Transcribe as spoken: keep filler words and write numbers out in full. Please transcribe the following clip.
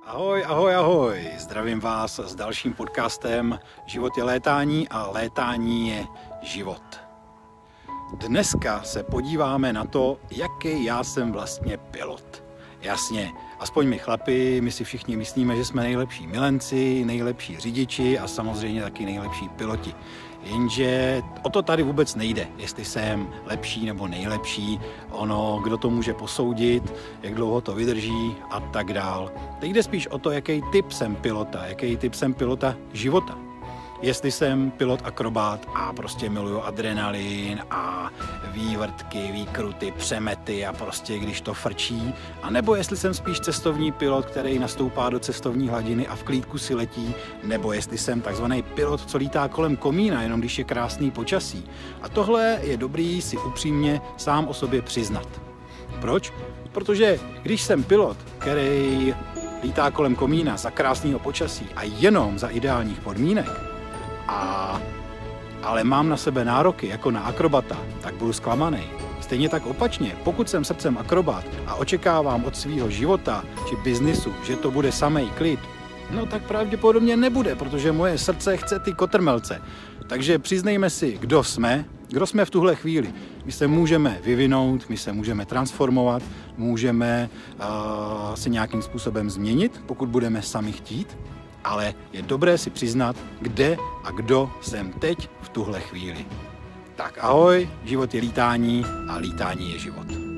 Ahoj, ahoj, ahoj. Zdravím vás s dalším podcastem Život je létání a létání je život. Dneska se podíváme na to, jaký já jsem vlastně pilot. Jasně, aspoň my chlapi, my si všichni myslíme, že jsme nejlepší milenci, nejlepší řidiči a samozřejmě taky nejlepší piloti. Jenže o to tady vůbec nejde, jestli jsem lepší nebo nejlepší, ono, kdo to může posoudit, jak dlouho to vydrží a tak dál. Teď jde spíš o to, jaký typ jsem pilota, jaký typ jsem pilota života. Jestli jsem pilot akrobát a prostě miluju adrenalin a vývrtky, výkruty, přemety a prostě když to frčí, a nebo jestli jsem spíš cestovní pilot, který nastoupá do cestovní hladiny a v klídku si letí, nebo jestli jsem takzvaný pilot, co lítá kolem komína, jenom když je krásný počasí. A tohle je dobrý si upřímně sám o sobě přiznat. Proč? Protože když jsem pilot, který lítá kolem komína za krásného počasí a jenom za ideálních podmínek, A, ale mám na sebe nároky jako na akrobata, tak budu zklamaný. Stejně tak opačně, pokud jsem srdcem akrobat a očekávám od svého života či biznisu, že to bude samej klid, no tak pravděpodobně nebude, protože moje srdce chce ty kotrmelce. Takže přiznejme si, kdo jsme, kdo jsme v tuhle chvíli. My se můžeme vyvinout, my se můžeme transformovat, můžeme uh, se nějakým způsobem změnit, pokud budeme sami chtít. Ale je dobré si přiznat, kde a kdo jsem teď v tuhle chvíli. Tak ahoj, život je lítání a lítání je život.